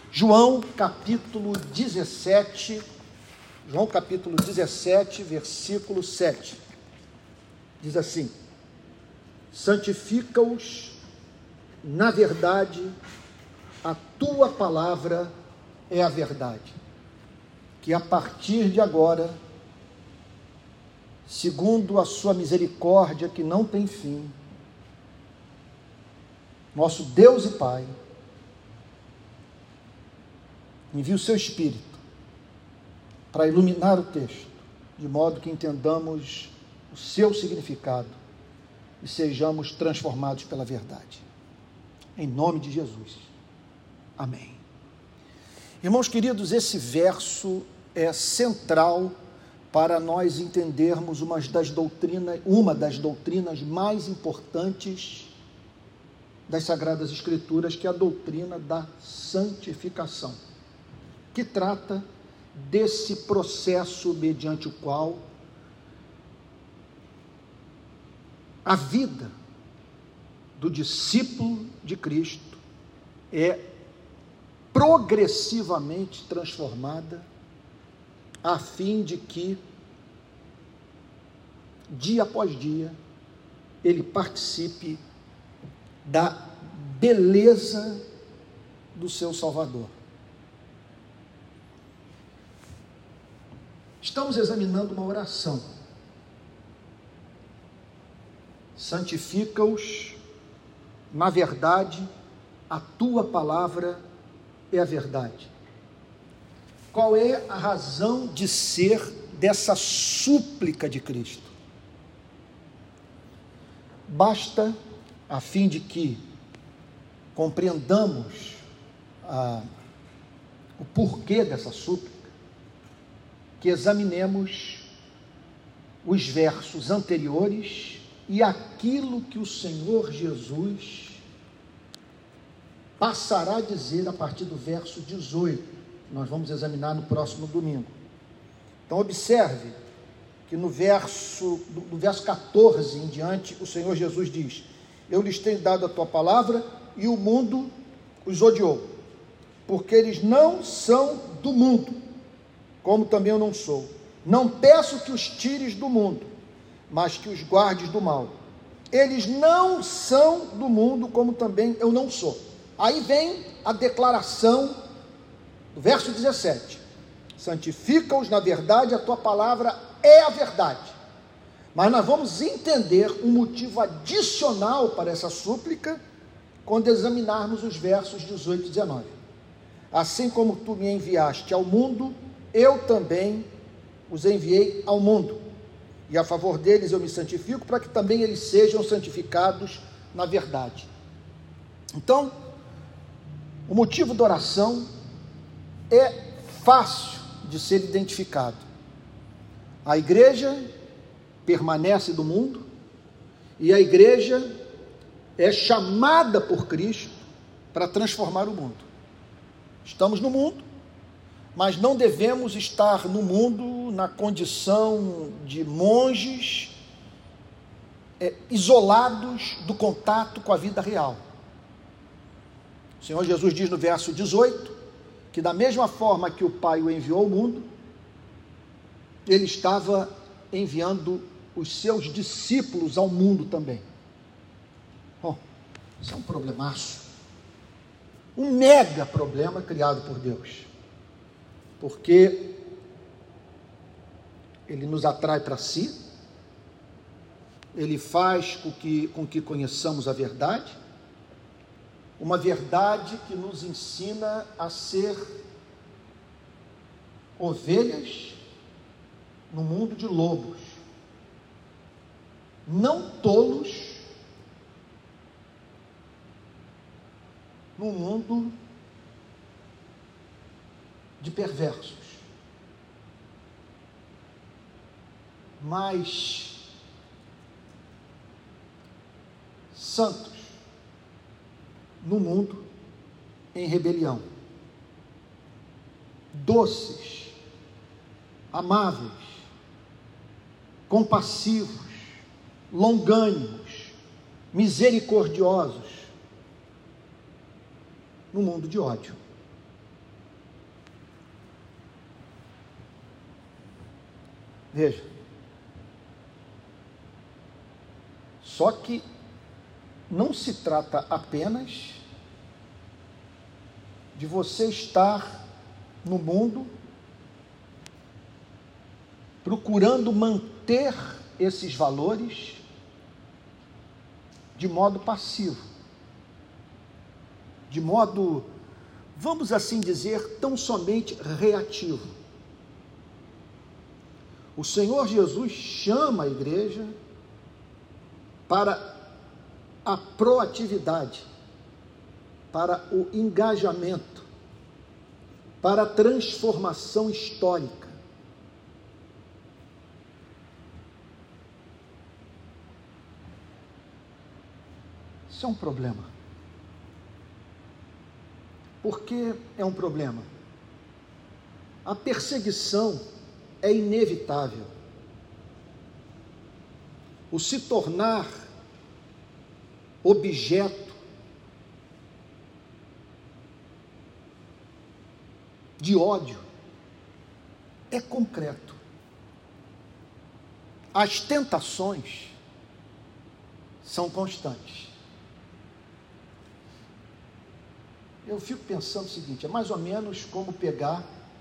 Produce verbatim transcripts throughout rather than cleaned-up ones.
João capítulo dezessete, João capítulo dezessete, versículo sete, diz assim: santifica-os na verdade, a tua palavra é a verdade. Que a partir de agora, segundo a sua misericórdia que não tem fim, nosso Deus e Pai envie o seu Espírito para iluminar o texto, de modo que entendamos o seu significado e sejamos transformados pela verdade. Em nome de Jesus. Amém. Irmãos queridos, esse verso é central para nós entendermos uma das doutrinas, uma das doutrinas mais importantes das Sagradas Escrituras, que é a doutrina da santificação, que trata desse processo mediante o qual a vida do discípulo de Cristo é progressivamente transformada, a fim de que, dia após dia, ele participe da beleza do seu Salvador. Estamos examinando uma oração. Santifica-os na verdade, a tua palavra é a verdade. Qual é a razão de ser dessa súplica de Cristo? Basta, a fim de que compreendamos ah, o porquê dessa súplica, que examinemos os versos anteriores e aquilo que o Senhor Jesus passará a dizer a partir do verso dezoito, que nós vamos examinar no próximo domingo. Então observe que no verso, do verso catorze em diante, o Senhor Jesus diz: eu lhes tenho dado a tua palavra e o mundo os odiou, porque eles não são do mundo, como também eu não sou. Não peço que os tires do mundo, mas que os guardes do mal. Eles não são do mundo, como também eu não sou. Aí vem a declaração do verso dezessete: santifica-os na verdade, a tua palavra é a verdade. Mas nós vamos entender um motivo adicional para essa súplica quando examinarmos os versos dezoito e dezenove. Assim como tu me enviaste ao mundo, eu também os enviei ao mundo, e a favor deles eu me santifico, para que também eles sejam santificados na verdade. Então, o motivo da oração é fácil de ser identificado. A igreja permanece do mundo, e a igreja é chamada por Cristo para transformar o mundo. Estamos no mundo, mas não devemos estar no mundo na condição de monges é, isolados do contato com a vida real. O Senhor Jesus diz no verso dezoito, que da mesma forma que o Pai o enviou ao mundo, ele estava enviando os seus discípulos ao mundo também. Bom, isso é um problemaço, um mega problema criado por Deus, porque ele nos atrai para si, ele faz com que, com que conheçamos a verdade, uma verdade que nos ensina a ser ovelhas no mundo de lobos, não tolos no mundo de perversos, mas santos no mundo em rebelião, doces, amáveis, compassivos, longânimos, misericordiosos, no mundo de ódio. Veja. Só que não se trata apenas de você estar no mundo procurando manter esses valores de modo passivo, de modo, vamos assim dizer, tão somente reativo. O Senhor Jesus chama a igreja para a proatividade, para o engajamento, para a transformação histórica. Isso é um problema. Por que é um problema? A perseguição é inevitável. O se tornar objeto de ódio é concreto. As tentações são constantes. Eu fico pensando o seguinte, é mais ou menos como pegar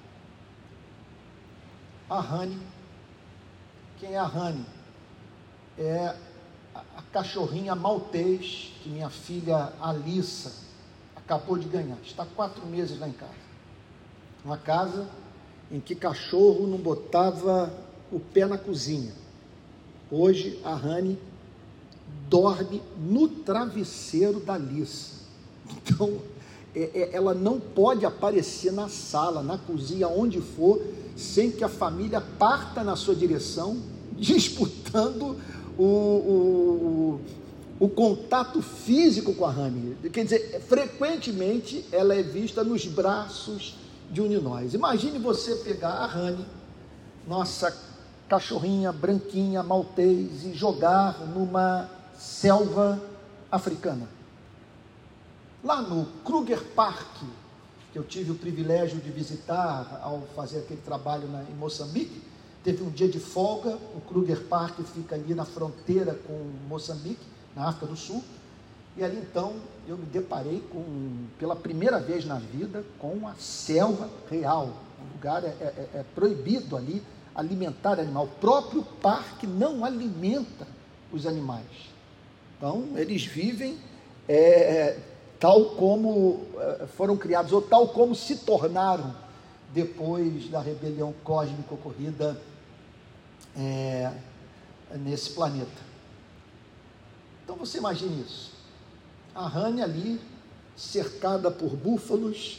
a Rani. Quem é a Rani? É a cachorrinha maltês que minha filha Alissa acabou de ganhar. Está quatro meses lá em casa. Uma casa em que cachorro não botava o pé na cozinha. Hoje a Rani dorme no travesseiro da Alissa. Então, ela não pode aparecer na sala, na cozinha, onde for, sem que a família parta na sua direção, disputando o, o, o contato físico com a Rani. Quer dizer, frequentemente ela é vista nos braços de um de nós. Imagine você pegar a Rani, nossa cachorrinha branquinha, maltês, e jogar numa selva africana. Lá no Kruger Park, que eu tive o privilégio de visitar ao fazer aquele trabalho na, em Moçambique, teve um dia de folga. O Kruger Park fica ali na fronteira com Moçambique, na África do Sul, e ali então eu me deparei com, pela primeira vez na vida, com a selva real. O lugar é, é, é proibido ali alimentar animal. O próprio parque não alimenta os animais. Então eles vivem é, tal como foram criados, ou tal como se tornaram depois da rebelião cósmica ocorrida é, nesse planeta. Então você imagine isso, a Rani ali, cercada por búfalos,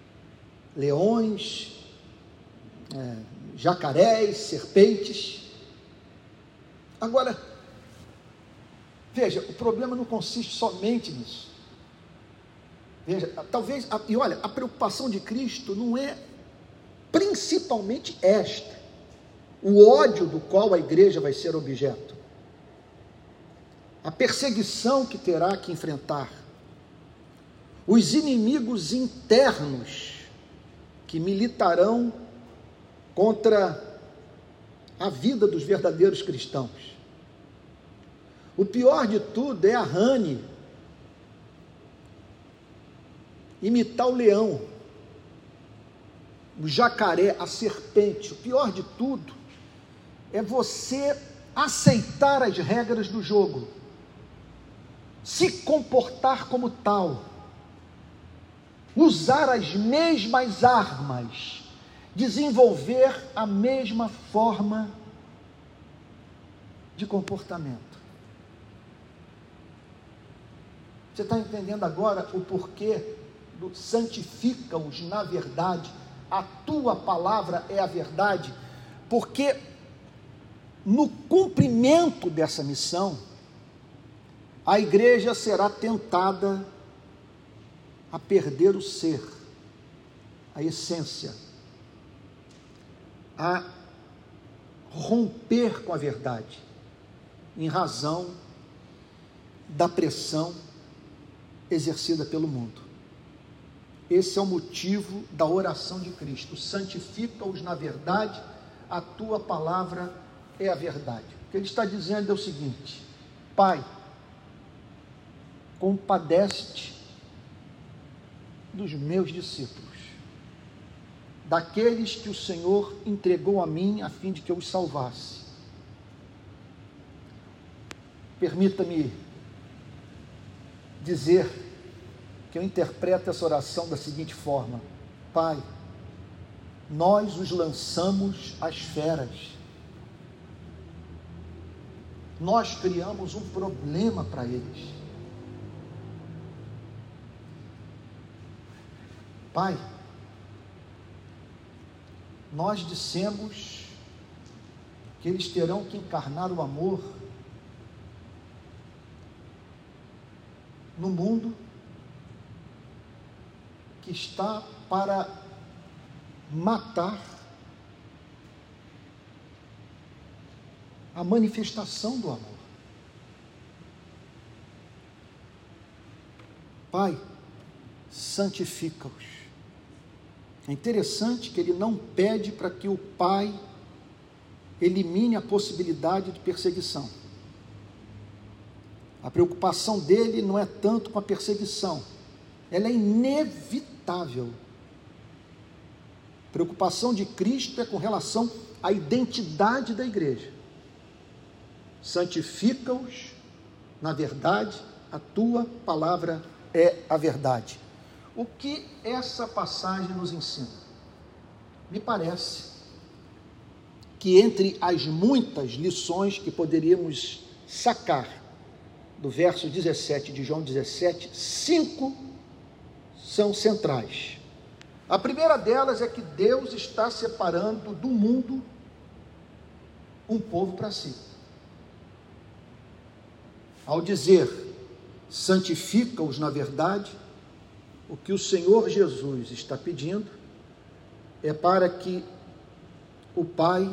leões, é, jacarés, serpentes. Agora, veja, o problema não consiste somente nisso. Veja, talvez, e olha, a preocupação de Cristo não é principalmente esta, o ódio do qual a igreja vai ser objeto, a perseguição que terá que enfrentar, os inimigos internos que militarão contra a vida dos verdadeiros cristãos. O pior de tudo é a Rani imitar o leão, o jacaré, a serpente. O pior de tudo é você aceitar as regras do jogo, se comportar como tal, usar as mesmas armas, desenvolver a mesma forma de comportamento. Você está entendendo agora o porquê do santifica-os na verdade? A tua palavra é a verdade, porque no cumprimento dessa missão, a igreja será tentada a perder o ser, a essência, a romper com a verdade, em razão da pressão exercida pelo mundo. Esse é o motivo da oração de Cristo: santifica-os na verdade, a tua palavra é a verdade. O que ele está dizendo é o seguinte: Pai, compadece-te dos meus discípulos, daqueles que o Senhor entregou a mim a fim de que eu os salvasse. Permita-me dizer que eu interpreto essa oração da seguinte forma: Pai, nós os lançamos às feras, nós criamos um problema para eles. Pai, nós dissemos que eles terão que encarnar o amor no mundo que está para matar a manifestação do amor. Pai, santifica-os. É interessante que ele não pede para que o Pai elimine a possibilidade de perseguição. A preocupação dele não é tanto com a perseguição, ela é inevitável. A preocupação de Cristo é com relação à identidade da igreja. Santifica-os na verdade, a tua palavra é a verdade. O que essa passagem nos ensina? Me parece que entre as muitas lições que poderíamos sacar do verso dezessete de João dezessete, cinco são centrais. A primeira delas é que Deus está separando do mundo um povo para si. Ao dizer, santifica-os na verdade, o que o Senhor Jesus está pedindo é para que o Pai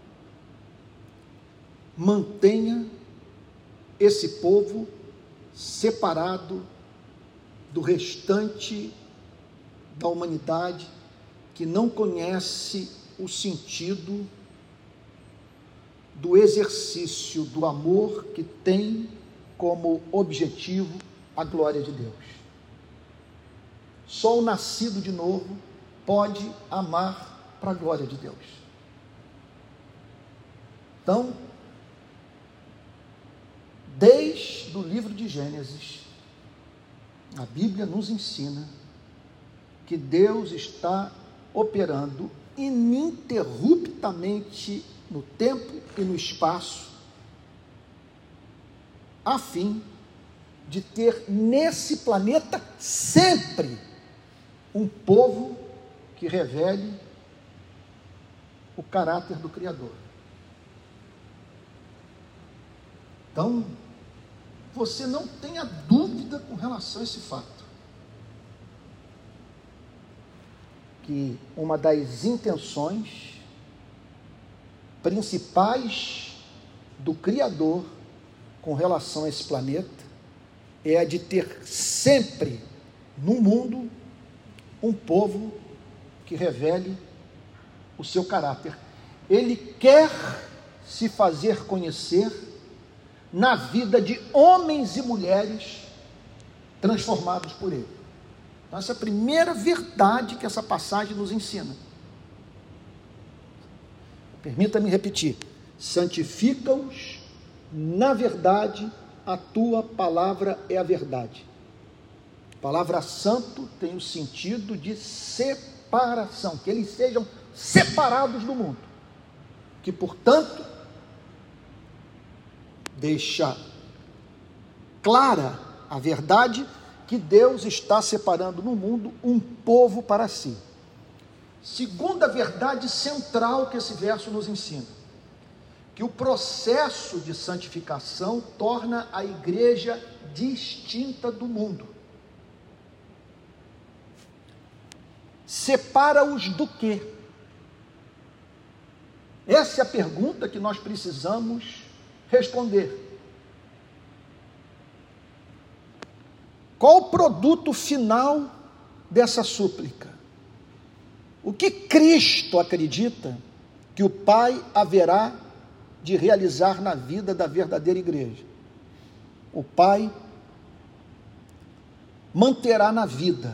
mantenha esse povo separado do restante da humanidade que não conhece o sentido do exercício do amor que tem como objetivo a glória de Deus. Só o nascido de novo pode amar para a glória de Deus. Então, desde o livro de Gênesis, a Bíblia nos ensina que Deus está operando ininterruptamente no tempo e no espaço, a fim de ter nesse planeta sempre um povo que revele o caráter do Criador. Então, você não tenha dúvida com relação a esse fato, que uma das intenções principais do Criador com relação a esse planeta é a de ter sempre no mundo um povo que revele o seu caráter. Ele quer se fazer conhecer na vida de homens e mulheres transformados por ele. Então, essa é a primeira verdade que essa passagem nos ensina. Permita-me repetir: santifica-os na verdade, a tua palavra é a verdade. A palavra santo tem o sentido de separação, que eles sejam separados do mundo, que portanto deixa clara a verdade que Deus está separando no mundo um povo para si. Segunda verdade central que esse verso nos ensina, que o processo de santificação torna a igreja distinta do mundo. Separa-os do quê? Essa é a pergunta que nós precisamos responder. Qual o produto final dessa súplica? O que Cristo acredita que o Pai haverá de realizar na vida da verdadeira igreja. O Pai manterá na vida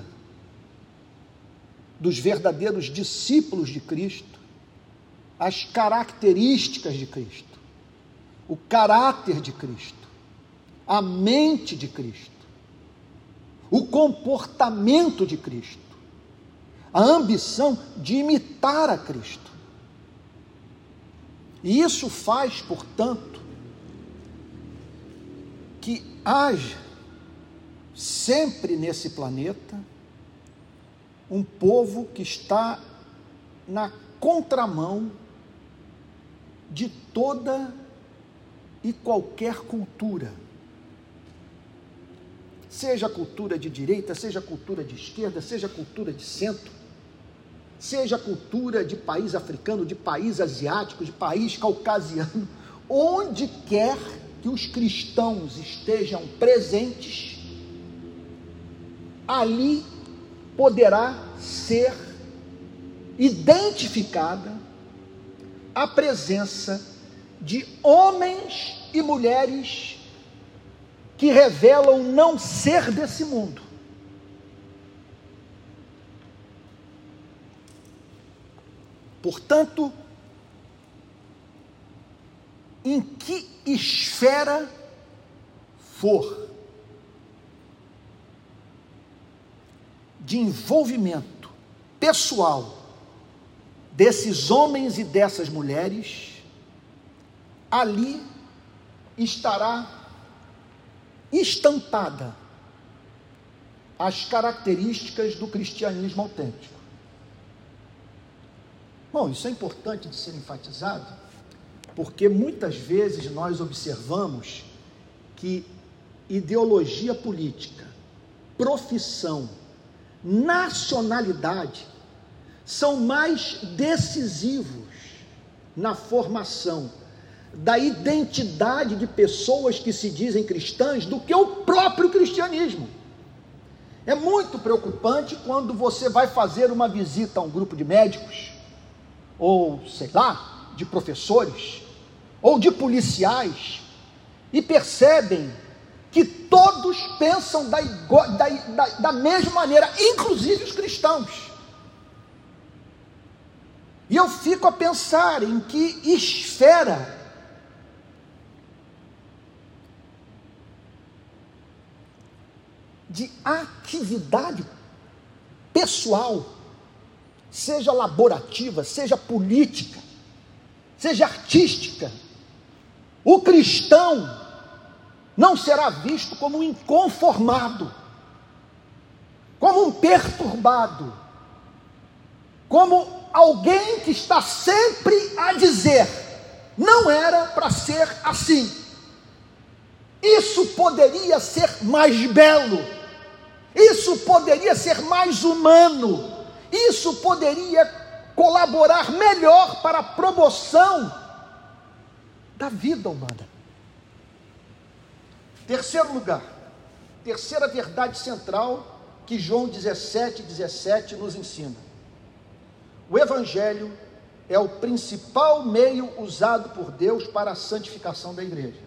dos verdadeiros discípulos de Cristo as características de Cristo, o caráter de Cristo, a mente de Cristo, o comportamento de Cristo, a ambição de imitar a Cristo. E isso faz, portanto, que haja sempre nesse planeta um povo que está na contramão de toda e qualquer cultura, seja cultura de direita, seja cultura de esquerda, seja cultura de centro, seja cultura de país africano, de país asiático, de país caucasiano, onde quer que os cristãos estejam presentes, ali poderá ser identificada a presença de homens e mulheres que revelam não ser desse mundo. Portanto, em que esfera for de envolvimento pessoal desses homens e dessas mulheres, ali estará estampada as características do cristianismo autêntico. Bom, isso é importante de ser enfatizado, porque muitas vezes nós observamos que ideologia política, profissão, nacionalidade são mais decisivos na formação da identidade de pessoas que se dizem cristãs do que o próprio cristianismo. É muito preocupante quando você vai fazer uma visita a um grupo de médicos, ou sei lá, de professores, ou de policiais, e percebem que todos pensam da, da, da, da mesma maneira, inclusive os cristãos. E eu fico a pensar em que esfera de atividade pessoal, seja laborativa, seja política, seja artística, o cristão não será visto como um inconformado, como um perturbado, como alguém que está sempre a dizer, não era para ser assim, isso poderia ser mais belo, isso poderia ser mais humano, isso poderia colaborar melhor para a promoção da vida humana. Terceiro lugar, terceira verdade central que João dezessete, dezessete nos ensina. O Evangelho é o principal meio usado por Deus para a santificação da igreja.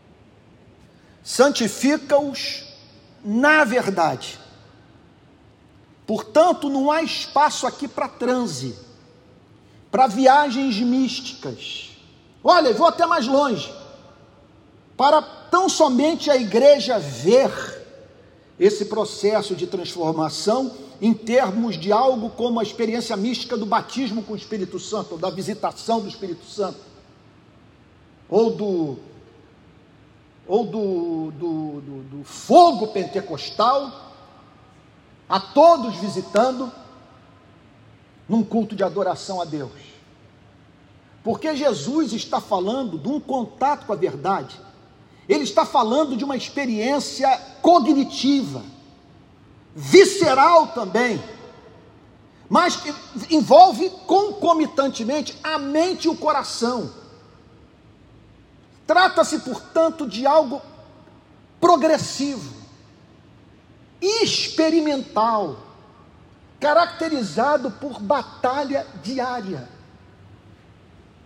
Santifica-os na verdade. Portanto, não há espaço aqui para transe, para viagens místicas. Olha, vou até mais longe. Para tão somente a igreja ver esse processo de transformação em termos de algo como a experiência mística do batismo com o Espírito Santo, ou da visitação do Espírito Santo, ou do, ou do, do, do, do fogo pentecostal, a todos visitando, num culto de adoração a Deus. Porque Jesus está falando de um contato com a verdade, ele está falando de uma experiência cognitiva, visceral também, mas que envolve concomitantemente a mente e o coração. Trata-se, portanto, de algo progressivo, experimental, caracterizado por batalha diária.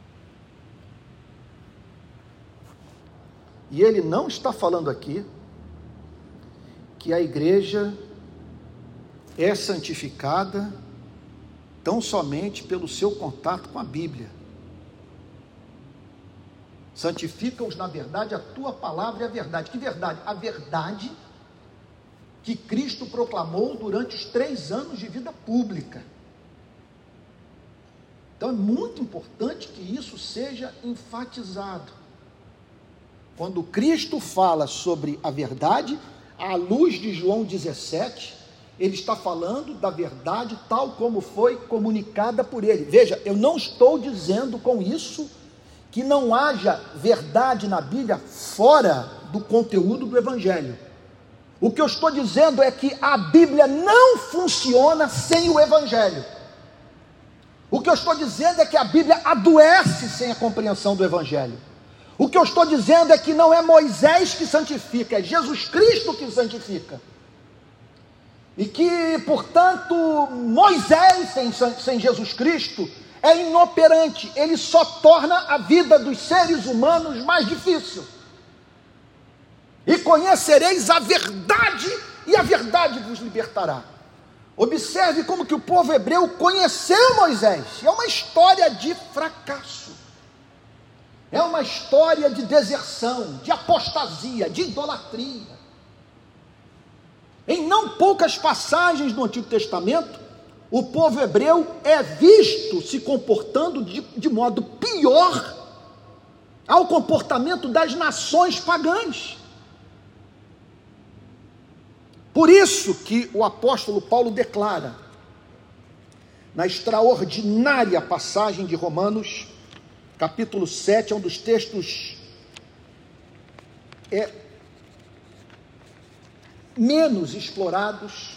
E ele não está falando aqui que a igreja é santificada tão somente pelo seu contato com a Bíblia. Santifica-os na verdade, a tua palavra é a verdade. Que verdade? A verdade que Cristo proclamou durante os três anos de vida pública. Então é muito importante que isso seja enfatizado. Quando Cristo fala sobre a verdade, à luz de João dezessete, ele está falando da verdade tal como foi comunicada por ele. Veja, eu não estou dizendo com isso que não haja verdade na Bíblia fora do conteúdo do Evangelho. O que eu estou dizendo é que a Bíblia não funciona sem o Evangelho. O que eu estou dizendo é que a Bíblia adoece sem a compreensão do Evangelho. O que eu estou dizendo é que não é Moisés que santifica, é Jesus Cristo que santifica. E que, portanto, Moisés sem, sem Jesus Cristo é inoperante, ele só torna a vida dos seres humanos mais difícil. E conhecereis a verdade, e a verdade vos libertará. Observe como que o povo hebreu conheceu Moisés. É uma história de fracasso. É uma história de deserção, de apostasia, de idolatria. Em não poucas passagens do Antigo Testamento, o povo hebreu é visto se comportando de, de modo pior ao comportamento das nações pagãs. Por isso que o apóstolo Paulo declara, na extraordinária passagem de Romanos, capítulo sete, é um dos textos é, menos explorados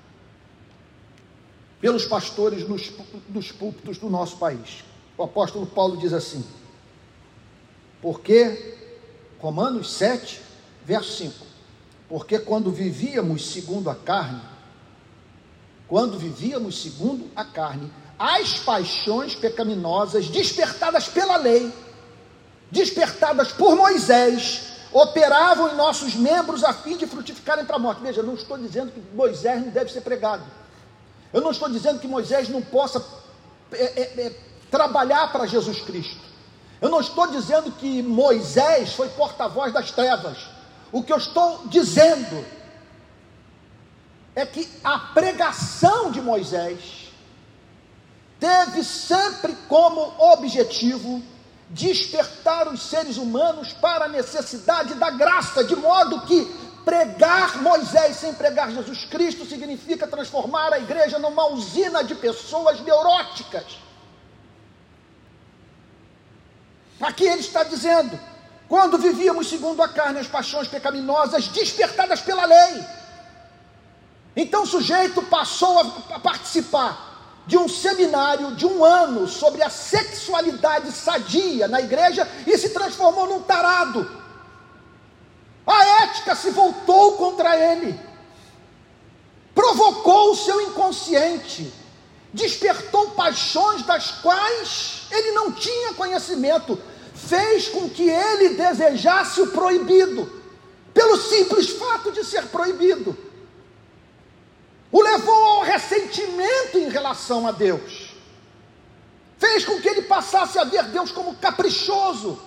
pelos pastores nos, nos púlpitos do nosso país. O apóstolo Paulo diz assim, porque, Romanos sete, verso cinco, porque quando vivíamos segundo a carne, quando vivíamos segundo a carne, as paixões pecaminosas despertadas pela lei, despertadas por Moisés, operavam em nossos membros a fim de frutificarem para a morte. Veja, eu não estou dizendo que Moisés não deve ser pregado. Eu não estou dizendo que Moisés não possa é, é, é, trabalhar para Jesus Cristo. Eu não estou dizendo que Moisés foi porta-voz das trevas. O que eu estou dizendo é que a pregação de Moisés teve sempre como objetivo despertar os seres humanos para a necessidade da graça, de modo que pregar Moisés sem pregar Jesus Cristo significa transformar a igreja numa usina de pessoas neuróticas. Aqui ele está dizendo, quando vivíamos segundo a carne, as paixões pecaminosas despertadas pela lei. Então o sujeito passou a participar de um seminário de um ano sobre a sexualidade sadia na igreja e se transformou num tarado. A ética se voltou contra ele, provocou o seu inconsciente, despertou paixões das quais ele não tinha conhecimento, fez com que ele desejasse o proibido, pelo simples fato de ser proibido. O levou ao ressentimento em relação a Deus, fez com que ele passasse a ver Deus como caprichoso.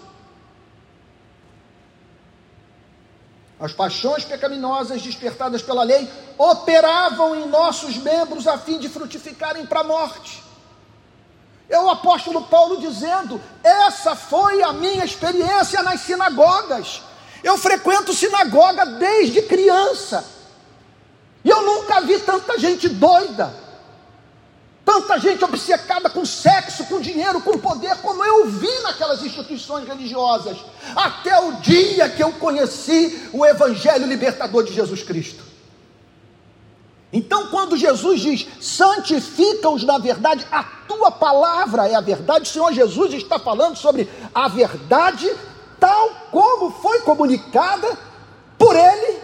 As paixões pecaminosas despertadas pela lei operavam em nossos membros a fim de frutificarem para a morte. É o apóstolo Paulo dizendo, essa foi a minha experiência nas sinagogas. Eu frequento sinagoga desde criança. E eu nunca vi tanta gente doida, tanta gente obcecada com sexo, com dinheiro, com poder, como eu vi naquelas instituições religiosas, até o dia que eu conheci o Evangelho libertador de Jesus Cristo. Então, quando Jesus diz, santifica-os na verdade, a tua palavra é a verdade, o Senhor Jesus está falando sobre a verdade, tal como foi comunicada por Ele,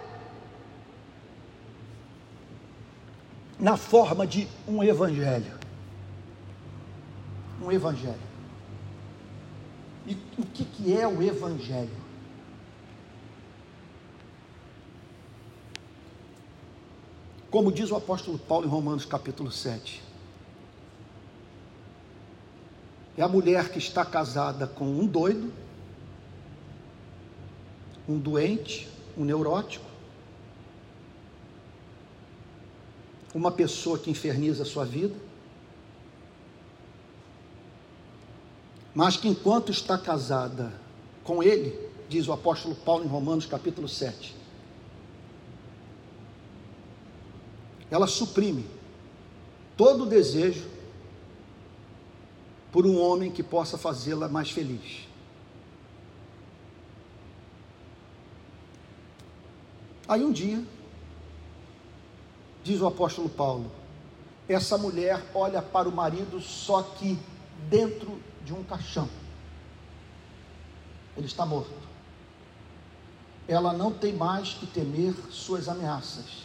na forma de um evangelho. Um evangelho. E o que, que é o evangelho? Como diz o apóstolo Paulo em Romanos capítulo sete, é a mulher que está casada com um doido, um doente, um neurótico, uma pessoa que inferniza a sua vida, mas que enquanto está casada com ele, diz o apóstolo Paulo em Romanos capítulo sete, ela suprime todo o desejo por um homem que possa fazê-la mais feliz. Aí um dia, diz o apóstolo Paulo, essa mulher olha para o marido só que dentro de um caixão. Ele está morto. Ela não tem mais que temer suas ameaças.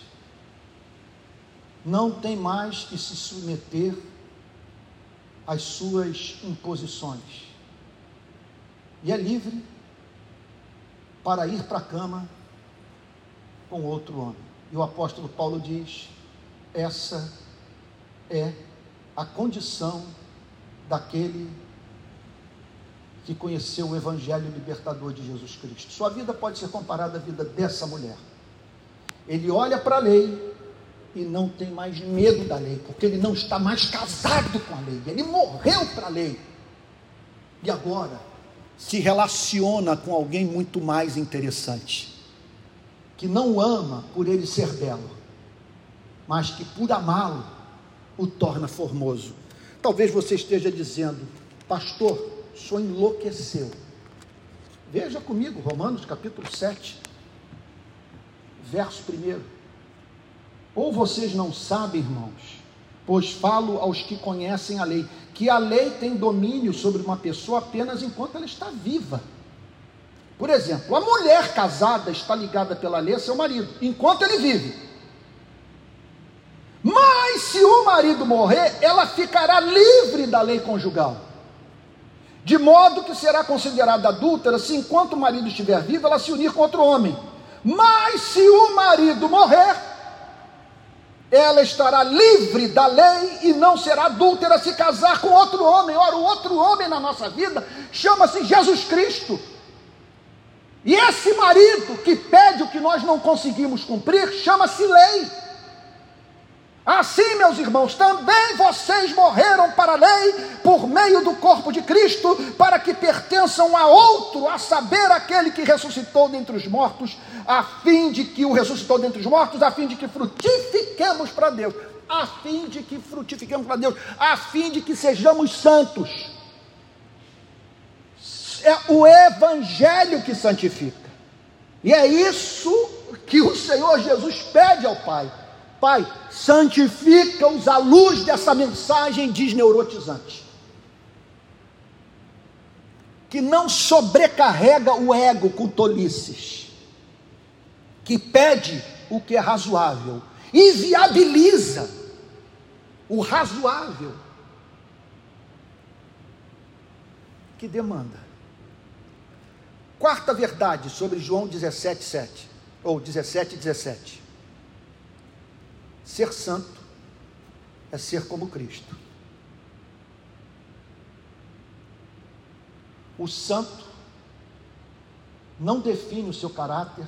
Não tem mais que se submeter às suas imposições. E é livre para ir para a cama com outro homem. E o apóstolo Paulo diz, essa é a condição daquele que conheceu o evangelho libertador de Jesus Cristo. Sua vida pode ser comparada à vida dessa mulher. Ele olha para a lei e não tem mais medo da lei, porque ele não está mais casado com a lei, ele morreu para a lei, e agora se relaciona com alguém muito mais interessante, que não o ama por ele ser belo, mas que por amá-lo, o torna formoso. Talvez você esteja dizendo, pastor, o senhor enlouqueceu. Veja comigo, Romanos capítulo sete, verso primeiro. Ou vocês não sabem, irmãos, pois falo aos que conhecem a lei, que a lei tem domínio sobre uma pessoa apenas enquanto ela está viva. Por exemplo, a mulher casada está ligada pela lei a seu marido, enquanto ele vive. Mas se o marido morrer, ela ficará livre da lei conjugal, de modo que será considerada adúltera se enquanto o marido estiver vivo, ela se unir com outro homem. Mas se o marido morrer, ela estará livre da lei e não será adúltera se casar com outro homem. Ora, o outro homem na nossa vida chama-se Jesus Cristo. E esse marido que pede o que nós não conseguimos cumprir, chama-se lei. Assim, meus irmãos, também vocês morreram para a lei por meio do corpo de Cristo, para que pertençam a outro, a saber, aquele que ressuscitou dentre os mortos, a fim de que o ressuscitou dentre os mortos, a fim de que frutifiquemos para Deus, a fim de que frutifiquemos para Deus, a fim de que sejamos santos. É o evangelho que santifica, e é isso que o Senhor Jesus pede ao Pai. Pai, santifica-os à luz dessa mensagem desneurotizante, que não sobrecarrega o ego com tolices, que pede o que é razoável e viabiliza o razoável que demanda. Quarta verdade sobre João dezessete, sete, ou dezessete, dezessete. Ser santo é ser como Cristo. O santo não define o seu caráter,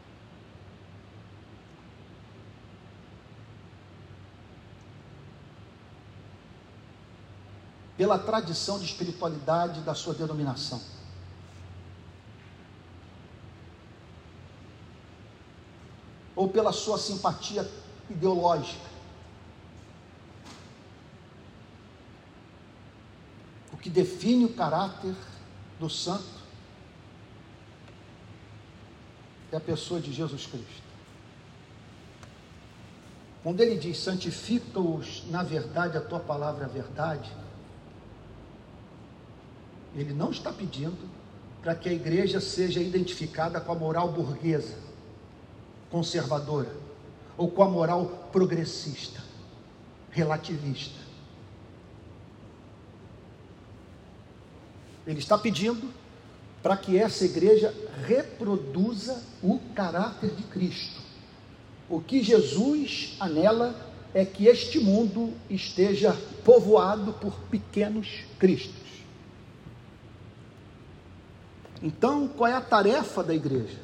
pela tradição de espiritualidade da sua denominação. Ou pela sua simpatia ideológica. O que define o caráter do santo é a pessoa de Jesus Cristo. Quando ele diz, santifica-os na verdade, a tua palavra é a verdade, ele não está pedindo para que a igreja seja identificada com a moral burguesa, conservadora, ou com a moral progressista, relativista. Ele está pedindo para que essa igreja reproduza o caráter de Cristo. O que Jesus anela é que este mundo esteja povoado por pequenos cristos. Então, qual é a tarefa da igreja?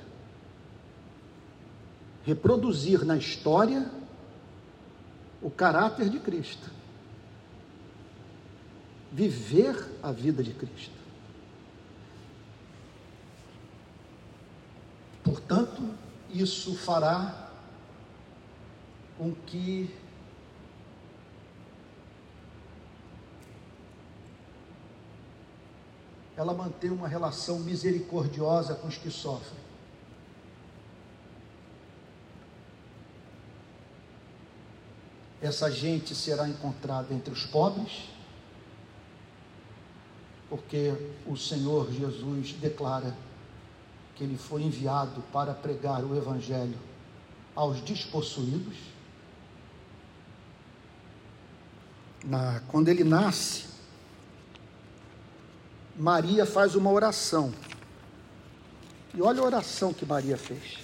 Reproduzir na história o caráter de Cristo. Viver a vida de Cristo. Portanto, isso fará com que ela mantenha uma relação misericordiosa com os que sofrem. Essa gente será encontrada entre os pobres, porque o Senhor Jesus declara que Ele foi enviado para pregar o Evangelho aos despossuídos. Na, quando Ele nasce, Maria faz uma oração. E olha a oração que Maria fez.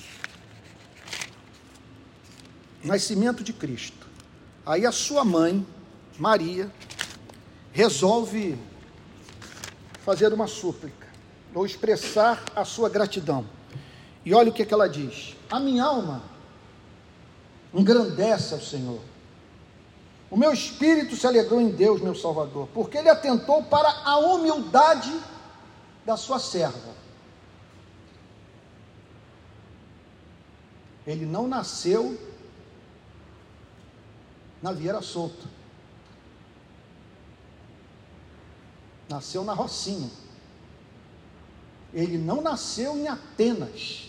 Nascimento de Cristo. Aí a sua mãe, Maria, resolve fazer uma súplica, ou expressar a sua gratidão. E olha o que, que ela diz: a minha alma engrandece ao Senhor, o meu espírito se alegrou em Deus, meu Salvador, porque Ele atentou para a humildade da sua serva. Ele não nasceu na Vieira Solto, nasceu na Rocinha. Ele não nasceu em Atenas,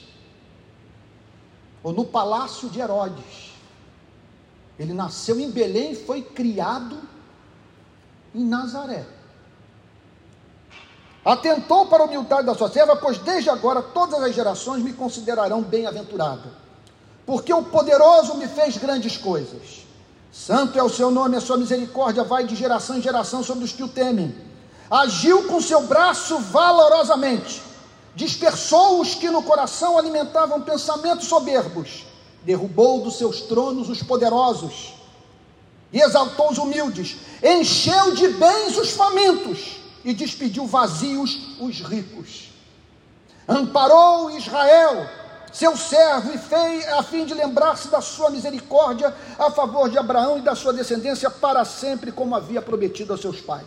ou no palácio de Herodes. Ele nasceu em Belém e foi criado em Nazaré. Atentou para a humildade da sua serva, pois desde agora todas as gerações me considerarão bem-aventurada, porque o poderoso me fez grandes coisas. Santo é o seu nome, a sua misericórdia vai de geração em geração sobre os que o temem. Agiu com seu braço valorosamente, dispersou os que no coração alimentavam pensamentos soberbos, derrubou dos seus tronos os poderosos e exaltou os humildes, encheu de bens os famintos e despediu vazios os ricos. Amparou Israel, seu servo, e fez a fim de lembrar-se da sua misericórdia a favor de Abraão e da sua descendência para sempre, como havia prometido aos seus pais.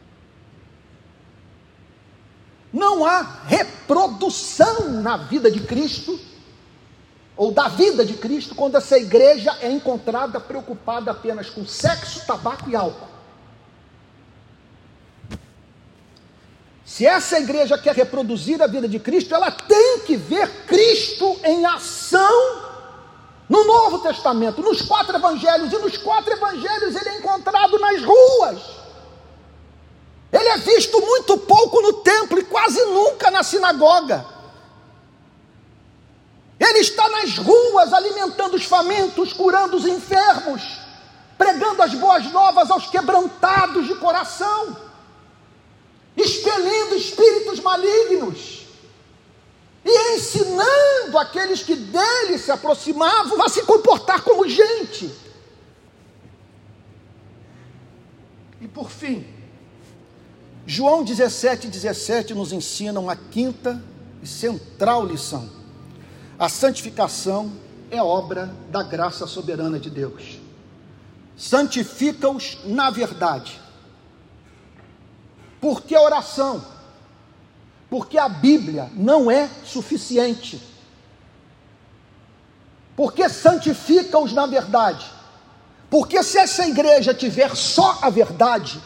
Não há reprodução na vida de Cristo, ou da vida de Cristo, quando essa igreja é encontrada preocupada apenas com sexo, tabaco e álcool. Se essa igreja quer reproduzir a vida de Cristo, ela tem que ver Cristo em ação no Novo Testamento, nos quatro evangelhos, e nos quatro evangelhos ele é encontrado nas ruas. Ele é visto muito pouco no templo e quase nunca na sinagoga. Ele está nas ruas alimentando os famintos, curando os enfermos, pregando as boas novas aos quebrantados de coração, expelindo espíritos malignos e ensinando aqueles que dele se aproximavam a se comportar como gente. E por fim, João dezessete, dezessete nos ensina uma quinta e central lição: a santificação é obra da graça soberana de Deus. Santifica-os na verdade. Por que a oração? Porque a Bíblia não é suficiente. Porque santifica-os na verdade. Porque se essa igreja tiver só a verdade,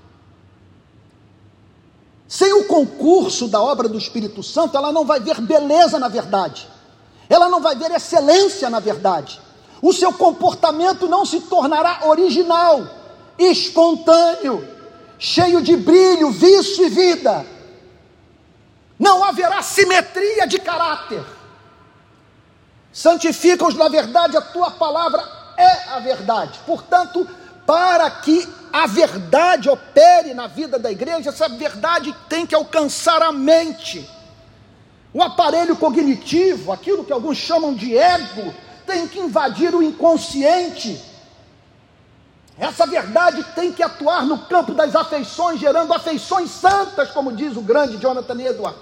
sem o concurso da obra do Espírito Santo, ela não vai ver beleza na verdade. Ela não vai ver excelência na verdade. O seu comportamento não se tornará original, espontâneo, cheio de brilho, vício e vida. Não haverá simetria de caráter. Santifica-os na verdade, a tua palavra é a verdade. Portanto, para que a verdade opere na vida da igreja, essa verdade tem que alcançar a mente. O aparelho cognitivo, aquilo que alguns chamam de ego, tem que invadir o inconsciente. Essa verdade tem que atuar no campo das afeições, gerando afeições santas, como diz o grande Jonathan Edwards.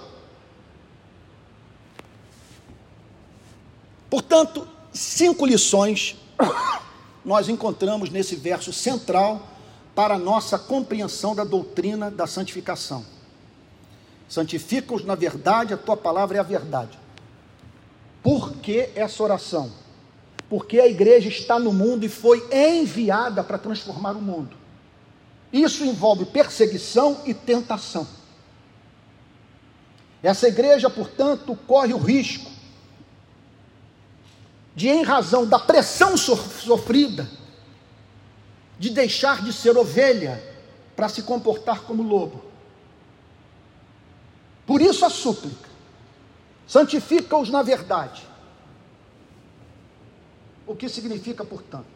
Portanto, cinco lições nós encontramos nesse verso central para a nossa compreensão da doutrina da santificação. Santifica-os na verdade, a tua palavra é a verdade. Por que essa oração? Porque a igreja está no mundo e foi enviada para transformar o mundo. Isso envolve perseguição e tentação. Essa igreja, portanto, corre o risco de, em razão da pressão sofrida, de deixar de ser ovelha para se comportar como lobo. Por isso a súplica: santifica-os na verdade. O que significa, portanto?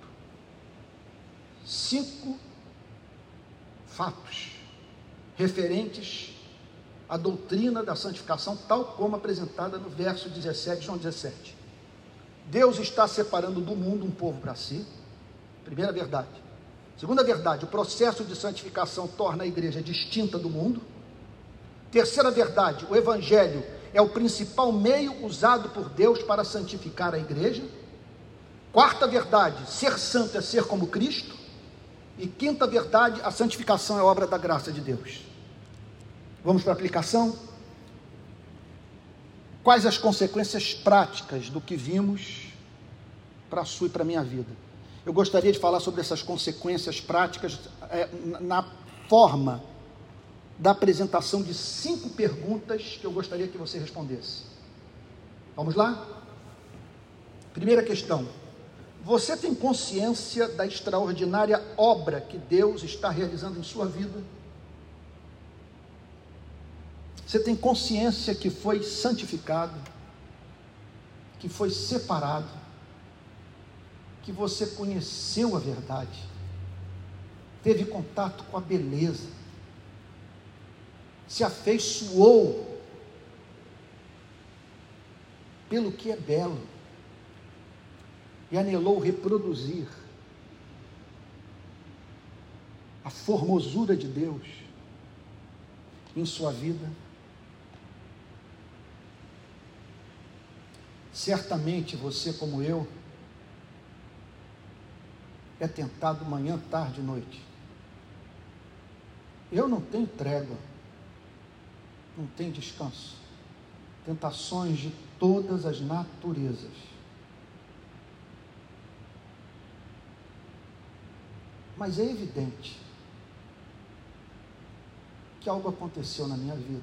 Cinco fatos referentes à doutrina da santificação, tal como apresentada no verso dezessete, João dezessete. Deus está separando do mundo um povo para si. Primeira verdade. Segunda verdade, o processo de santificação torna a igreja distinta do mundo. Terceira verdade, o evangelho é o principal meio usado por Deus para santificar a igreja. Quarta verdade, ser santo é ser como Cristo. E quinta verdade, a santificação é obra da graça de Deus. Vamos para a aplicação? Quais as consequências práticas do que vimos para a sua e para a minha vida? Eu gostaria de falar sobre essas consequências práticas é, na forma da apresentação de cinco perguntas que eu gostaria que você respondesse. Vamos lá? Primeira questão: você tem consciência da extraordinária obra que Deus está realizando em sua vida? Você tem consciência que foi santificado, que foi separado, que você conheceu a verdade, teve contato com a beleza, se afeiçoou pelo que é belo e anelou reproduzir a formosura de Deus em sua vida? Certamente você, como eu, é tentado manhã, tarde e noite. Eu não tenho trégua, não tenho descanso. Tentações de todas as naturezas. Mas é evidente que algo aconteceu na minha vida.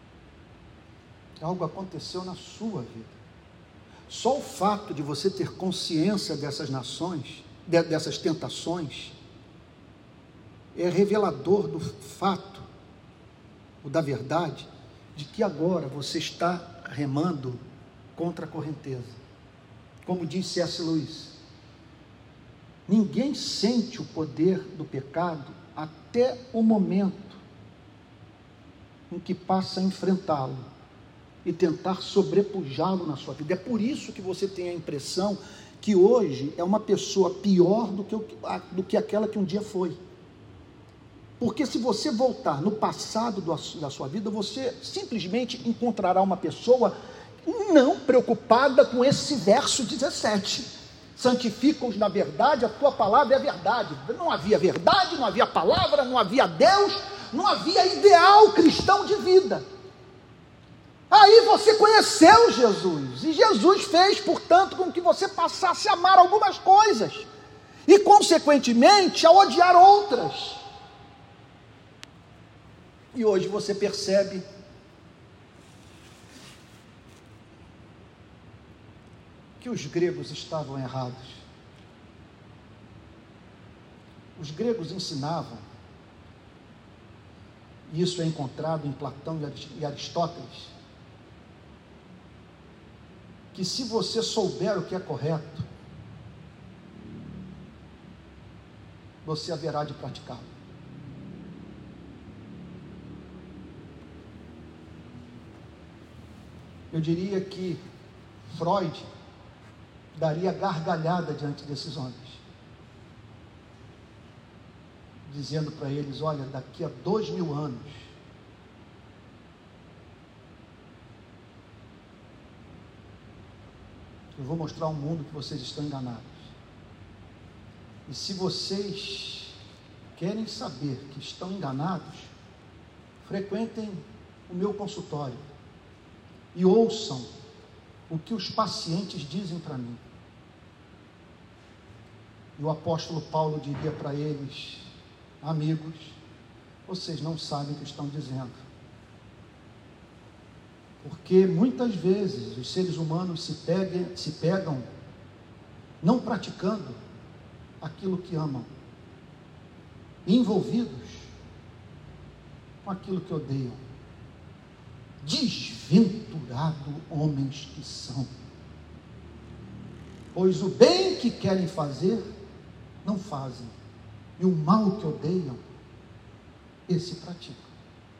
Algo aconteceu na sua vida. Só o fato de você ter consciência dessas nações, dessas tentações, é revelador do fato, ou da verdade, de que agora você está remando contra a correnteza. Como disse C S Lewis, ninguém sente o poder do pecado até o momento em que passa a enfrentá-lo e tentar sobrepujá-lo na sua vida. É por isso que você tem a impressão que hoje é uma pessoa pior do que, do que aquela que um dia foi. Porque se você voltar no passado da sua vida, você simplesmente encontrará uma pessoa não preocupada com esse verso dezessete. Santifica-os na verdade, a tua palavra é a verdade. Não havia verdade, não havia palavra, não havia Deus, não havia ideal cristão de vida. Aí você conheceu Jesus, e Jesus fez, portanto, com que você passasse a amar algumas coisas, e consequentemente a odiar outras. E hoje você percebe que os gregos estavam errados. Os gregos ensinavam, e isso é encontrado em Platão e Aristóteles, que se você souber o que é correto, você haverá de praticá-lo. Eu diria que Freud daria gargalhada diante desses homens, dizendo para eles: olha, daqui a dois mil anos, eu vou mostrar ao mundo que vocês estão enganados. E se vocês querem saber que estão enganados, frequentem o meu consultório e ouçam o que os pacientes dizem para mim. E o apóstolo Paulo diria para eles: amigos, vocês não sabem o que estão dizendo. Porque muitas vezes os seres humanos se pegam, se pegam não praticando aquilo que amam, envolvidos com aquilo que odeiam. Desventurado homens que são, pois o bem que querem fazer, não fazem, e o mal que odeiam, esse praticam.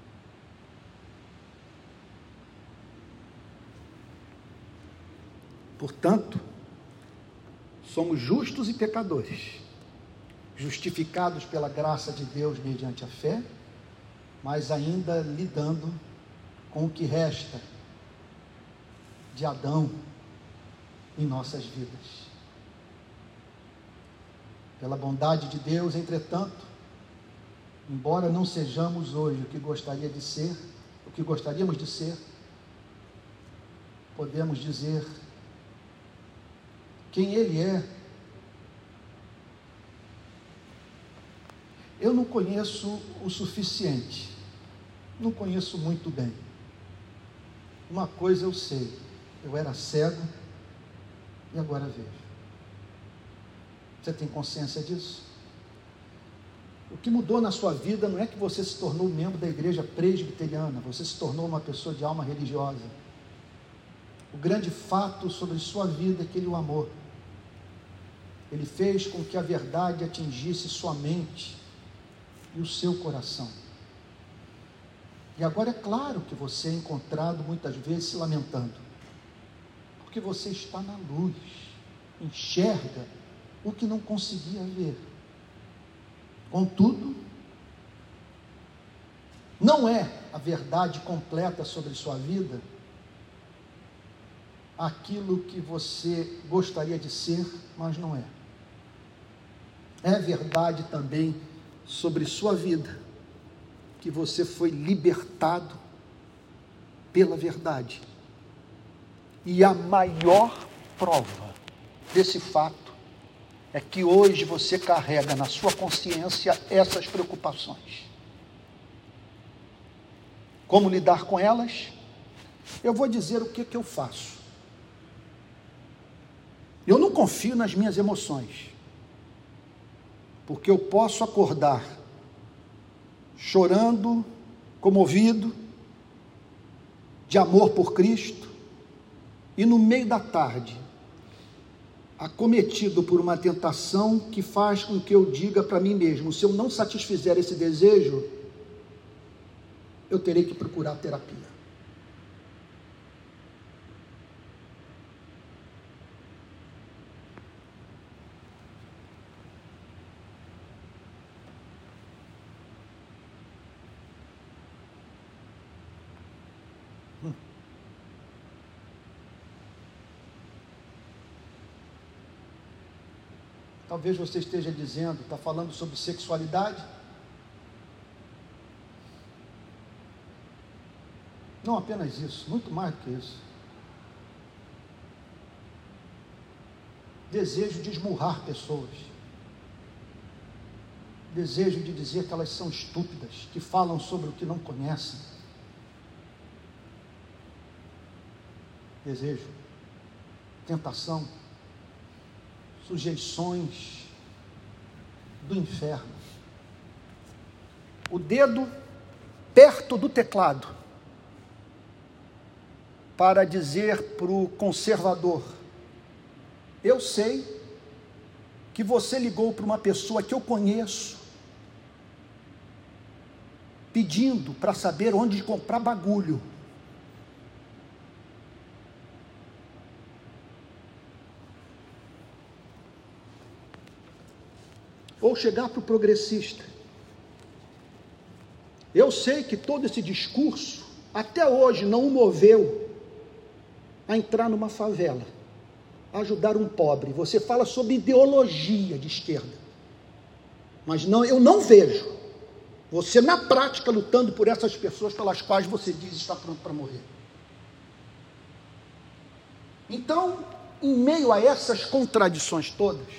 Portanto, somos justos e pecadores, justificados pela graça de Deus mediante a fé, mas ainda lidando com o que resta de Adão em nossas vidas. Pela bondade de Deus, entretanto, embora não sejamos hoje o que gostaria de ser, o que gostaríamos de ser, podemos dizer quem Ele é. Eu não conheço o suficiente, não conheço muito bem. Uma coisa eu sei: eu era cego e agora vejo. Você tem consciência disso? O que mudou na sua vida não é que você se tornou membro da igreja presbiteriana, você se tornou uma pessoa de alma religiosa. O grande fato sobre sua vida é que Ele o amou. Ele fez com que a verdade atingisse sua mente e o seu coração. E agora é claro que você é encontrado muitas vezes se lamentando, porque você está na luz, enxerga o que não conseguia ver. Contudo, não é a verdade completa sobre sua vida aquilo que você gostaria de ser, mas não é. É verdade também sobre sua vida que você foi libertado pela verdade. E a maior prova desse fato é que hoje você carrega na sua consciência essas preocupações. Como lidar com elas? Eu vou dizer o que, que eu faço. Eu não confio nas minhas emoções, porque eu posso acordar chorando, comovido, de amor por Cristo, e no meio da tarde, acometido por uma tentação que faz com que eu diga para mim mesmo: se eu não satisfizer esse desejo, eu terei que procurar terapia. Hum. Talvez você esteja dizendo, está falando sobre sexualidade? Não apenas isso, muito mais do que isso. Desejo de esmurrar pessoas. Desejo de dizer que elas são estúpidas, que falam sobre o que não conhecem. Desejo, tentação, sujeições do inferno. O dedo perto do teclado para dizer para o conservador: eu sei que você ligou para uma pessoa que eu conheço, pedindo para saber onde comprar bagulho. chegar para o progressista. Eu sei que todo esse discurso, até hoje, não o moveu a entrar numa favela, a ajudar um pobre. Você fala sobre ideologia de esquerda, mas não, eu não vejo você na prática lutando por essas pessoas pelas quais você diz estar pronto para morrer. Então, em meio a essas contradições todas,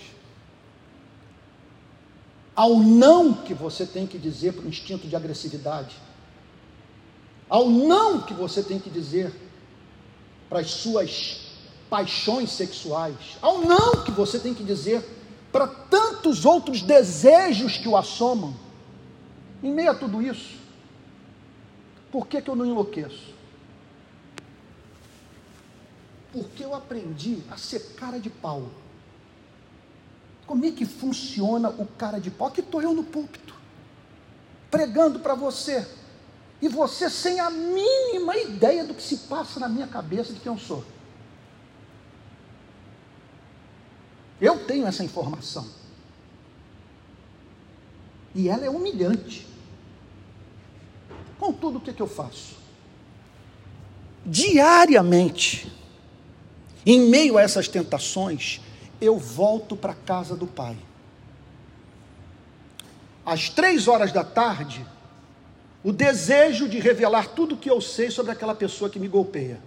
ao não que você tem que dizer para o instinto de agressividade, ao não que você tem que dizer para as suas paixões sexuais, ao não que você tem que dizer para tantos outros desejos que o assomam, em meio a tudo isso, por que que eu não enlouqueço? Porque eu aprendi a ser cara de pau. Como é que funciona o cara de pau? Aqui estou eu no púlpito, pregando para você, e você sem a mínima ideia do que se passa na minha cabeça de quem eu sou. Eu tenho essa informação, e ela é humilhante. Contudo, o que, que eu faço? Diariamente, em meio a essas tentações, eu volto para a casa do Pai. Às três horas da tarde, o desejo de revelar tudo o que eu sei sobre aquela pessoa que me golpeia,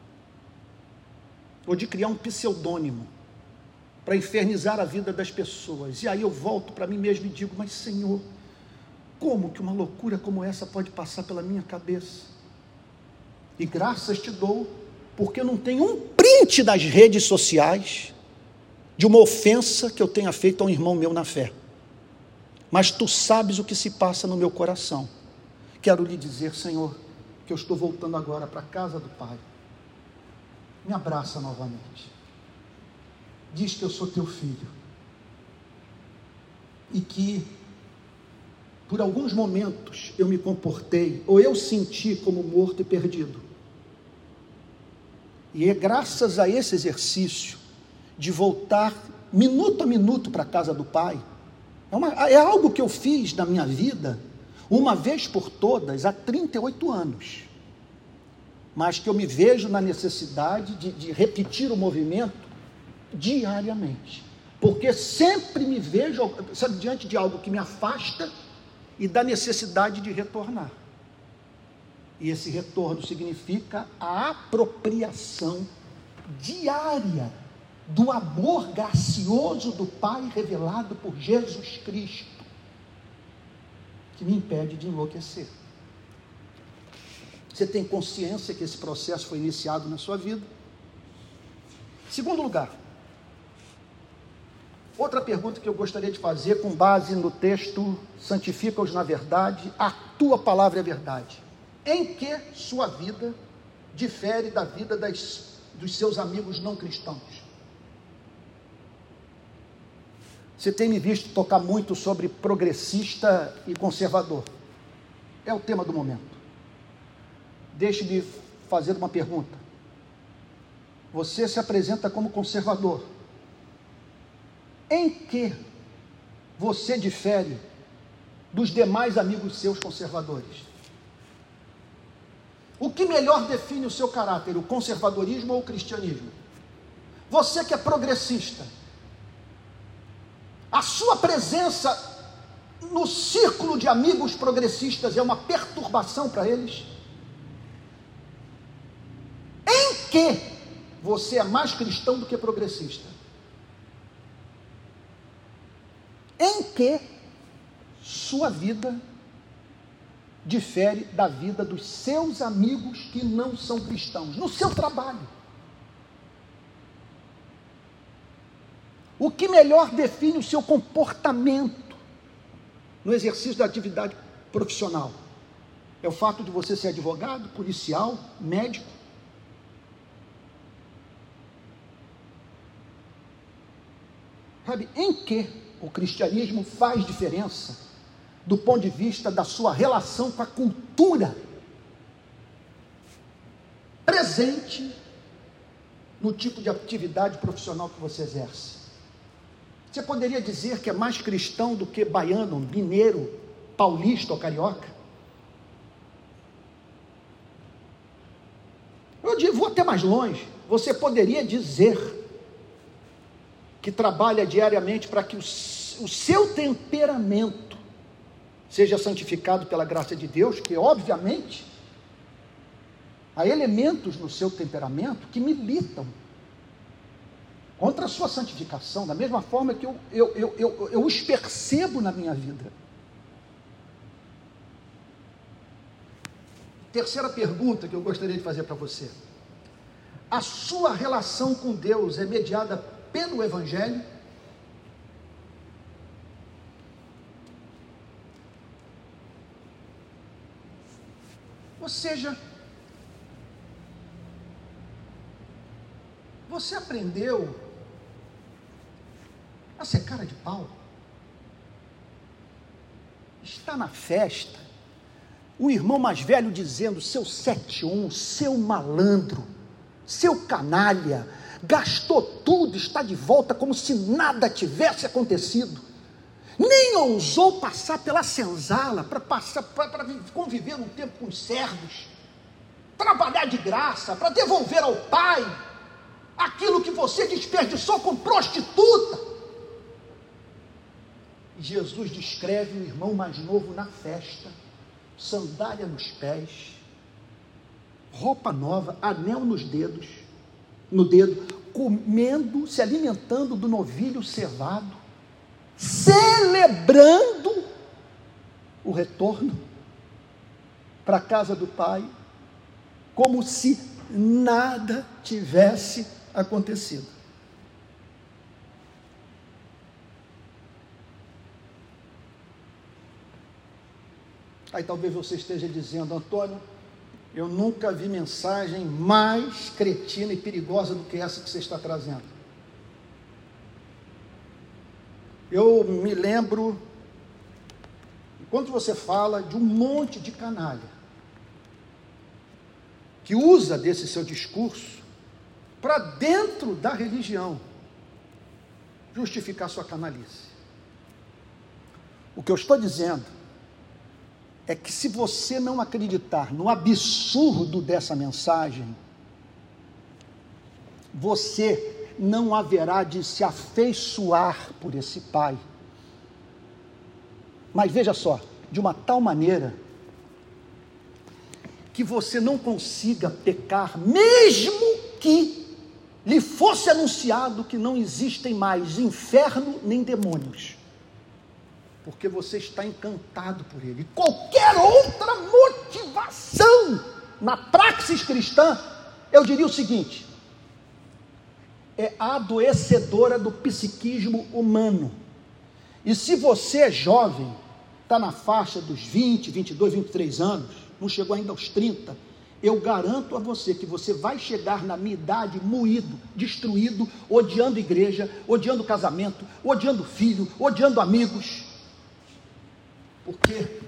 ou de criar um pseudônimo para infernizar a vida das pessoas. E aí eu volto para mim mesmo e digo: mas Senhor, como que uma loucura como essa pode passar pela minha cabeça? E graças te dou, porque não tem um print das redes sociais de uma ofensa que eu tenha feito a um irmão meu na fé, mas tu sabes o que se passa no meu coração. Quero lhe dizer, Senhor, que eu estou voltando agora para a casa do Pai. Me abraça novamente, diz que eu sou teu filho, e que por alguns momentos eu me comportei, ou eu senti como morto e perdido, e é graças a esse exercício de voltar minuto a minuto para a casa do Pai, é, uma, é algo que eu fiz na minha vida, uma vez por todas, há trinta e oito anos, mas que eu me vejo na necessidade de, de repetir o movimento diariamente, porque sempre me vejo, sabe, diante de algo que me afasta e da necessidade de retornar. E esse retorno significa a apropriação diária do amor gracioso do Pai revelado por Jesus Cristo, que me impede de enlouquecer. Você tem consciência que esse processo foi iniciado na sua vida? Segundo lugar, outra pergunta que eu gostaria de fazer com base no texto: santifica-os na verdade, a tua palavra é verdade. Em que sua vida difere da vida das, dos seus amigos não cristãos? Você tem me visto tocar muito sobre progressista e conservador. É o tema do momento. Deixe-me fazer uma pergunta. Você se apresenta como conservador. Em que você difere dos demais amigos seus conservadores? O que melhor define o seu caráter, o conservadorismo ou o cristianismo? Você que é progressista, a sua presença no círculo de amigos progressistas é uma perturbação para eles? Em que você é mais cristão do que progressista? Em que sua vida difere da vida dos seus amigos que não são cristãos? No seu trabalho. O que melhor define o seu comportamento no exercício da atividade profissional? É o fato de você ser advogado, policial, médico? Sabe, em que o cristianismo faz diferença do ponto de vista da sua relação com a cultura presente no tipo de atividade profissional que você exerce? Você poderia dizer que é mais cristão do que baiano, mineiro, paulista ou carioca? Eu digo, vou até mais longe. Você poderia dizer que trabalha diariamente para que o, o seu temperamento seja santificado pela graça de Deus, que obviamente há elementos no seu temperamento que militam contra a sua santificação, da mesma forma que eu, eu, eu, eu, eu os percebo na minha vida. Terceira pergunta que eu gostaria de fazer para você: a sua relação com Deus é mediada pelo Evangelho? Ou seja, você aprendeu a ser cara de pau? Está na festa, o irmão mais velho dizendo: seu sete um, seu malandro, seu canalha, gastou tudo, está de volta como se nada tivesse acontecido, nem ousou passar pela senzala para passar para conviver um tempo com os servos, trabalhar de graça, para devolver ao pai aquilo que você desperdiçou com prostituta. Jesus descreve o irmão mais novo na festa, sandália nos pés, roupa nova, anel nos dedos, no dedo, comendo, se alimentando do novilho cevado, celebrando o retorno para a casa do pai, como se nada tivesse acontecido. Aí talvez você esteja dizendo: Antônio, eu nunca vi mensagem mais cretina e perigosa do que essa que você está trazendo. Eu me lembro, enquanto você fala, de um monte de canalha que usa desse seu discurso para dentro da religião justificar sua canalice. O que eu estou dizendo é que, se você não acreditar no absurdo dessa mensagem, você não haverá de se afeiçoar por esse pai. Mas veja só, de uma tal maneira que você não consiga pecar, mesmo que lhe fosse anunciado que não existem mais inferno nem demônios, porque você está encantado por ele. Qualquer outra motivação na praxis cristã, eu diria o seguinte: é adoecedora do psiquismo humano. E se você é jovem, está na faixa dos vinte, vinte e dois, vinte e três anos, não chegou ainda aos trinta, eu garanto a você que você vai chegar na minha idade moído, destruído, odiando igreja, odiando casamento, odiando filho, odiando amigos. Porque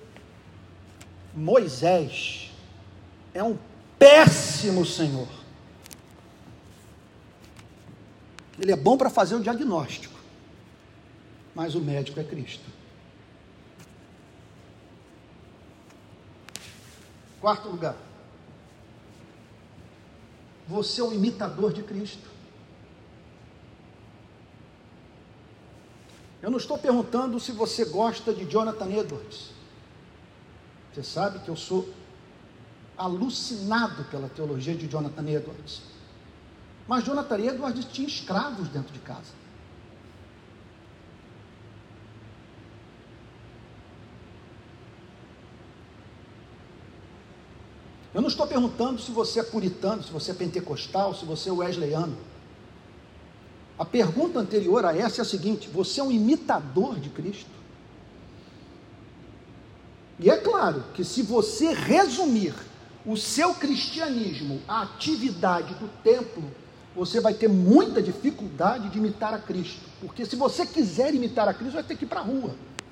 Moisés é um péssimo senhor. Ele é bom para fazer o diagnóstico, mas o médico é Cristo. Quarto lugar, você é um imitador de Cristo. Eu não estou perguntando se você gosta de Jonathan Edwards. Você sabe que eu sou alucinado pela teologia de Jonathan Edwards. Mas Jonathan Edwards tinha escravos dentro de casa. Eu não estou perguntando se você é puritano, se você é pentecostal, se você é wesleyano. A pergunta anterior a essa é a seguinte: você é um imitador de Cristo? E é claro que, se você resumir o seu cristianismo à atividade do templo, você vai ter muita dificuldade de imitar a Cristo, porque se você quiser imitar a Cristo, vai ter que ir para a rua.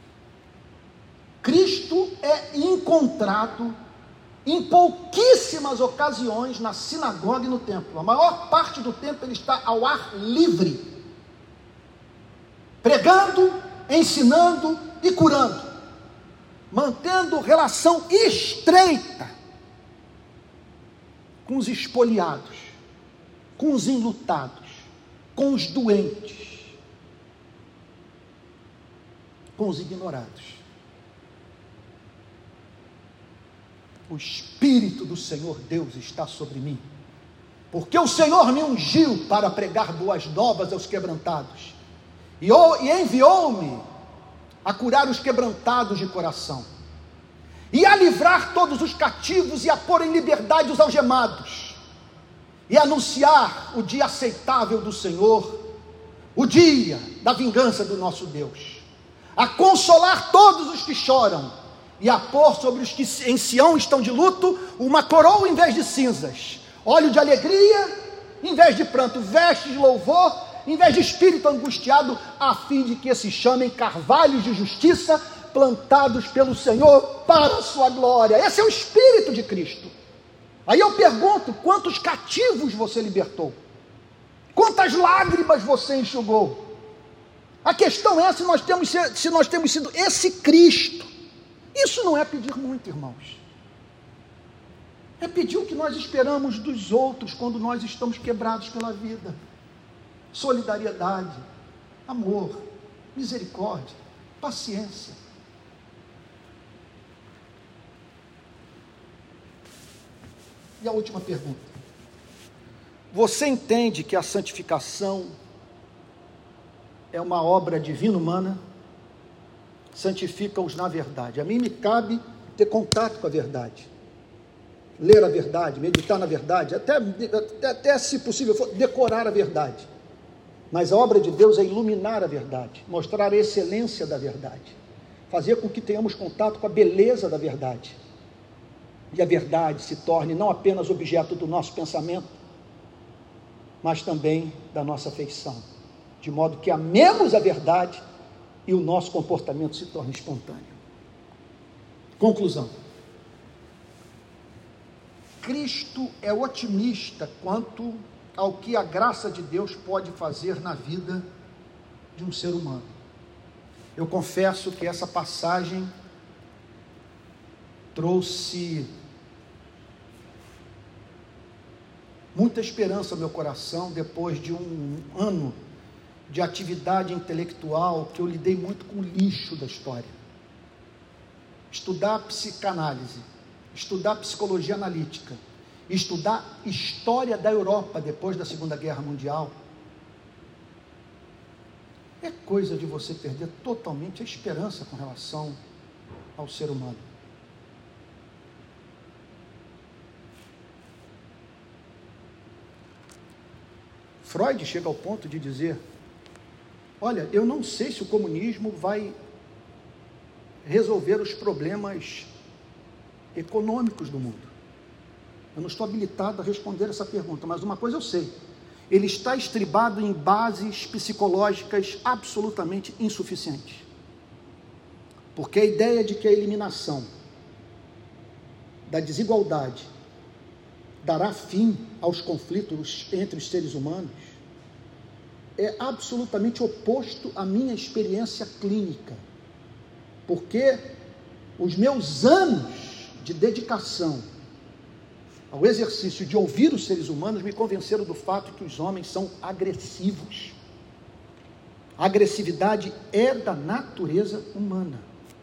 Cristo é encontrado em pouquíssimas ocasiões na sinagoga e no templo. A maior parte do tempo ele está ao ar livre. pregando, ensinando e curando, mantendo relação estreita com os espoliados, com os enlutados, com os doentes, com os ignorados. O Espírito do Senhor Deus está sobre mim, porque o Senhor me ungiu para pregar boas novas aos quebrantados, e, e enviou-me a curar os quebrantados de coração, e a livrar todos os cativos, e a pôr em liberdade os algemados, e anunciar o dia aceitável do Senhor, o dia da vingança do nosso Deus, a consolar todos os que choram, e a pôr sobre os que em Sião estão de luto uma coroa em vez de cinzas, óleo de alegria em vez de pranto, vestes de louvor em vez de espírito angustiado, a fim de que se chamem carvalhos de justiça, plantados pelo Senhor para a sua glória. Esse é o Espírito de Cristo. Aí eu pergunto, quantos cativos você libertou? Quantas lágrimas você enxugou? A questão é se nós temos, se nós temos sido esse Cristo. Isso não é pedir muito, irmãos. É pedir o que nós esperamos dos outros quando nós estamos quebrados pela vida. Solidariedade, amor, misericórdia, paciência. E a última pergunta: você entende que a santificação é uma obra divina humana? Santifica-os na verdade. A mim me cabe ter contato com a verdade, ler a verdade, meditar na verdade, até, até, até se possível for, decorar a verdade. Mas a obra de Deus é iluminar a verdade, mostrar a excelência da verdade, fazer com que tenhamos contato com a beleza da verdade, e a verdade se torne não apenas objeto do nosso pensamento, mas também da nossa afeição, de modo que amemos a verdade e o nosso comportamento se torne espontâneo. Conclusão: Cristo é otimista quanto ao que a graça de Deus pode fazer na vida de um ser humano. Eu confesso que essa passagem trouxe muita esperança ao meu coração, depois de um ano de atividade intelectual que eu lidei muito com o lixo da história. Estudar psicanálise, estudar psicologia analítica, estudar história da Europa depois da Segunda Guerra Mundial, é coisa de você perder totalmente a esperança com relação ao ser humano. Freud chega ao ponto de dizer: olha, eu não sei se o comunismo vai resolver os problemas econômicos do mundo. Eu não estou habilitado a responder essa pergunta, mas uma coisa eu sei: ele está estribado em bases psicológicas absolutamente insuficientes. Porque a ideia de que a eliminação da desigualdade dará fim aos conflitos entre os seres humanos é absolutamente oposto à minha experiência clínica, porque os meus anos de dedicação ao exercício de ouvir os seres humanos me convenceram do fato que os homens são agressivos. A agressividade é da natureza humana,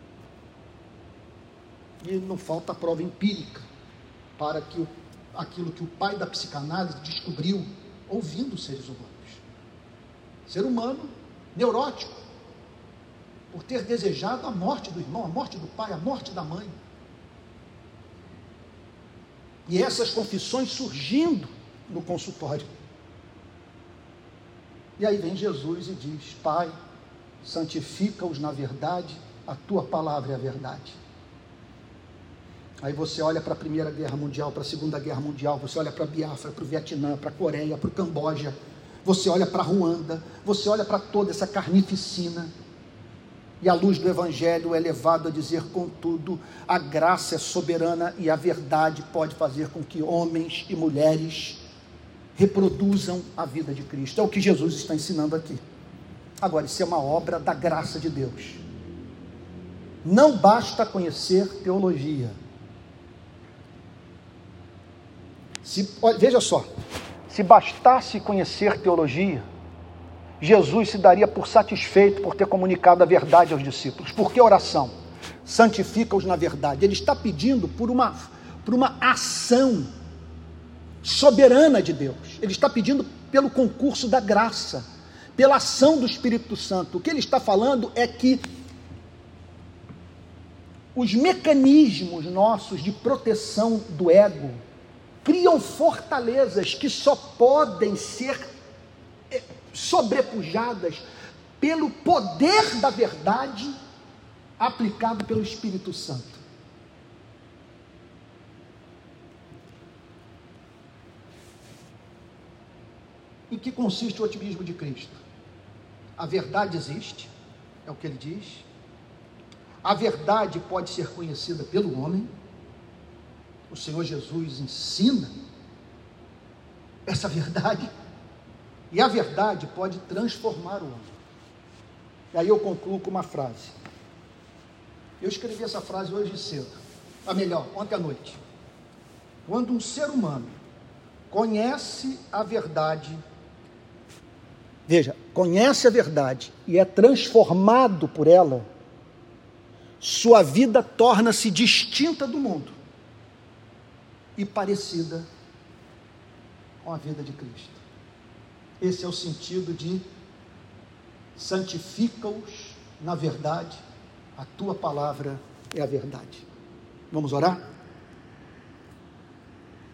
e não falta prova empírica para que o, aquilo que o pai da psicanálise descobriu ouvindo os seres humanos. Ser humano neurótico, por ter desejado a morte do irmão, a morte do pai, a morte da mãe. E essas confissões surgindo no consultório. E aí vem Jesus e diz: Pai, santifica-os na verdade, a tua palavra é a verdade. Aí você olha para a Primeira Guerra Mundial, para a Segunda Guerra Mundial, você olha para a Biafra, para o Vietnã, para a Coreia, para o Camboja, você olha para Ruanda, você olha para toda essa carnificina, e a luz do Evangelho é levada a dizer: contudo, a graça é soberana e a verdade pode fazer com que homens e mulheres reproduzam a vida de Cristo. É o que Jesus está ensinando aqui. Agora, isso é uma obra da graça de Deus. Não basta conhecer teologia. Se, veja só, se bastasse conhecer teologia, Jesus se daria por satisfeito por ter comunicado a verdade aos discípulos. Por que oração? Santifica-os na verdade. Ele está pedindo por uma, por uma ação soberana de Deus. Ele está pedindo pelo concurso da graça, pela ação do Espírito Santo. O que ele está falando é que os mecanismos nossos de proteção do ego criam fortalezas que só podem ser sobrepujadas pelo poder da verdade aplicado pelo Espírito Santo. Em que consiste o otimismo de Cristo? A verdade existe, é o que ele diz. A verdade pode ser conhecida pelo homem. O Senhor Jesus ensina essa verdade. E a verdade pode transformar o homem. E aí eu concluo com uma frase. Eu escrevi essa frase hoje cedo. Ou melhor, ontem à noite. Quando um ser humano conhece a verdade, veja, conhece a verdade e é transformado por ela, sua vida torna-se distinta do mundo e parecida com a vida de Cristo. Esse é o sentido de santifica-os na verdade, a tua palavra é a verdade. Vamos orar?